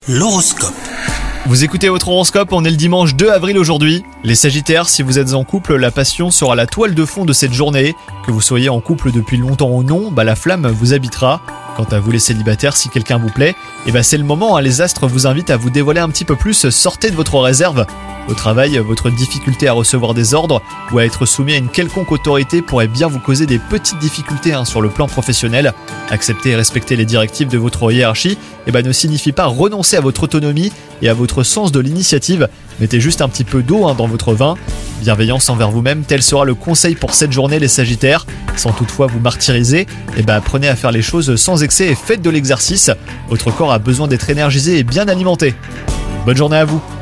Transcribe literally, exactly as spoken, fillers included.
L'horoscope. Vous écoutez votre horoscope, on est le dimanche deux avril aujourd'hui. Les Sagittaires, si vous êtes en couple, la passion sera la toile de fond de cette journée. Que vous soyez en couple depuis longtemps ou non, bah la flamme vous habitera. Quant à vous les célibataires, si quelqu'un vous plaît, et bah c'est le moment, hein, les astres vous invitent à vous dévoiler un petit peu plus, sortez de votre réserve. Au travail, votre difficulté à recevoir des ordres ou à être soumis à une quelconque autorité pourrait bien vous causer des petites difficultés hein, sur le plan professionnel. Accepter et respecter les directives de votre hiérarchie eh ben, ne signifie pas renoncer à votre autonomie et à votre sens de l'initiative. Mettez juste un petit peu d'eau hein, dans votre vin. Bienveillance envers vous-même, tel sera le conseil pour cette journée les Sagittaires. Sans toutefois vous martyriser, eh ben, apprenez à faire les choses sans excès et faites de l'exercice. Votre corps a besoin d'être énergisé et bien alimenté. Bonne journée à vous.